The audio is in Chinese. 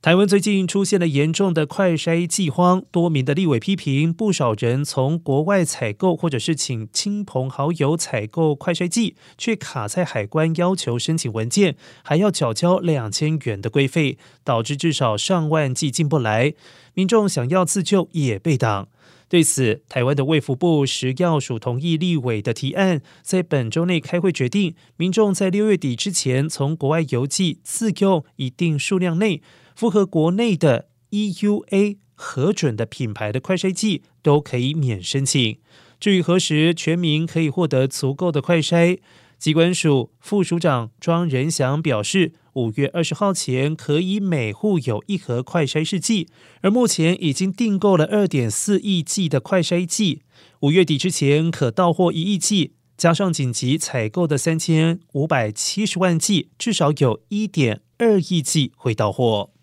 台湾最近出现了严重的快筛剂荒，多名的立委批评，不少人从国外采购或者是请亲朋好友采购快筛剂，却卡在海关要求申请文件，还要缴交2000元的规费，导致至少上万剂进不来，民众想要自救也被挡。对此，台湾的卫福部食药署同意立委的提案，在本周内开会决定，民众在6月底之前从国外邮寄自用一定数量内，符合国内的 EUA 核准的品牌的快筛剂都可以免申请。至于何时全民可以获得足够的快筛，疾管署副署长庄仁祥表示，5月20号前可以每户有1盒快筛试剂，而目前已经订购了2.4亿剂的快筛剂，5月底之前可到货1亿剂，加上紧急采购的3570万剂，至少有1.2亿剂会到货。